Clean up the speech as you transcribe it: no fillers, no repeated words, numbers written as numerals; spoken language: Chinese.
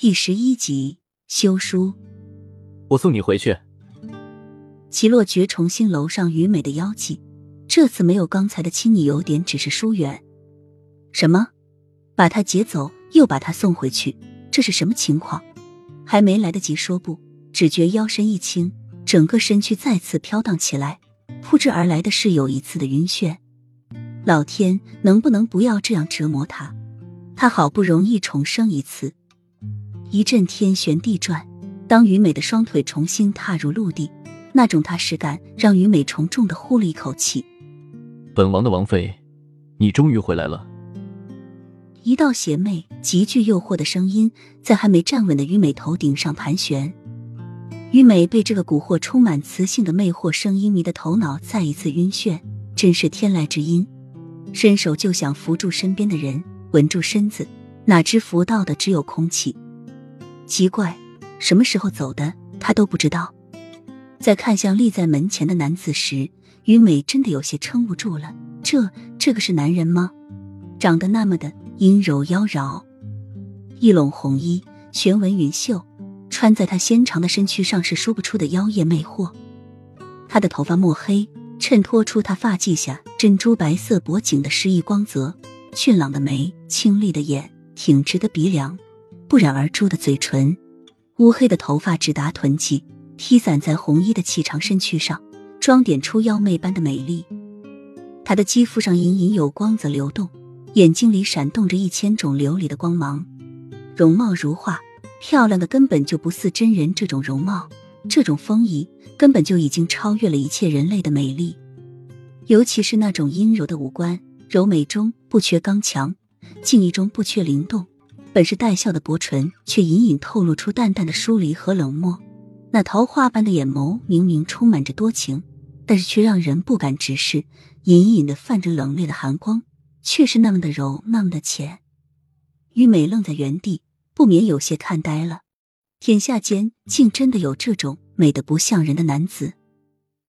第11集休书。 我送你回去。 齐洛觉重新楼上于美的妖气，这次没有刚才的亲昵有点，只是疏远。什么？把他劫走又把他送回去，这是什么情况？还没来得及说不，只觉腰身一轻，整个身躯再次飘荡起来，扑之而来的是又一次的晕眩。老天，能不能不要这样折磨他？他好不容易重生一次。一阵天旋地转，当于美的双腿重新踏入陆地，那种踏实感让于美重重地呼了一口气。 本王的王妃，你终于回来了。 一道邪魅极具诱惑的声音在还没站稳的于美头顶上盘旋。于美被这个蛊惑充满磁性的魅惑声音迷得头脑再一次晕眩，真是天籁之音。伸手就想扶住身边的人，稳住身子，哪知扶到的只有空气。奇怪，什么时候走的他都不知道。在看向立在门前的男子时，于美真的有些撑不住了。这个是男人吗？长得那么的阴柔妖娆，一拢红衣，玄纹云袖，穿在他纤长的身躯上是说不出的妖艳魅惑。他的头发墨黑，衬托出他发髻下珍珠白色脖颈的诗意光泽，俊朗的眉，清丽的眼，挺直的鼻梁，不染而出的嘴唇，乌黑的头发直达臀际，披散在红衣的细长身躯上，装点出妖媚般的美丽。她的肌肤上隐隐有光泽流动，眼睛里闪动着1000种琉璃的光芒，容貌如画，漂亮的根本就不似真人。这种容貌，这种风仪，根本就已经超越了一切人类的美丽。尤其是那种阴柔的五官，柔美中不缺刚强，静逸中不缺灵动，本是带笑的薄唇却隐隐透露出淡淡的疏离和冷漠。那桃花般的眼眸明明充满着多情，但是却让人不敢直视，隐隐地泛着冷冽的寒光，却是那么的柔，那么的浅。于美愣在原地，不免有些看呆了。天下间竟真的有这种美得不像人的男子。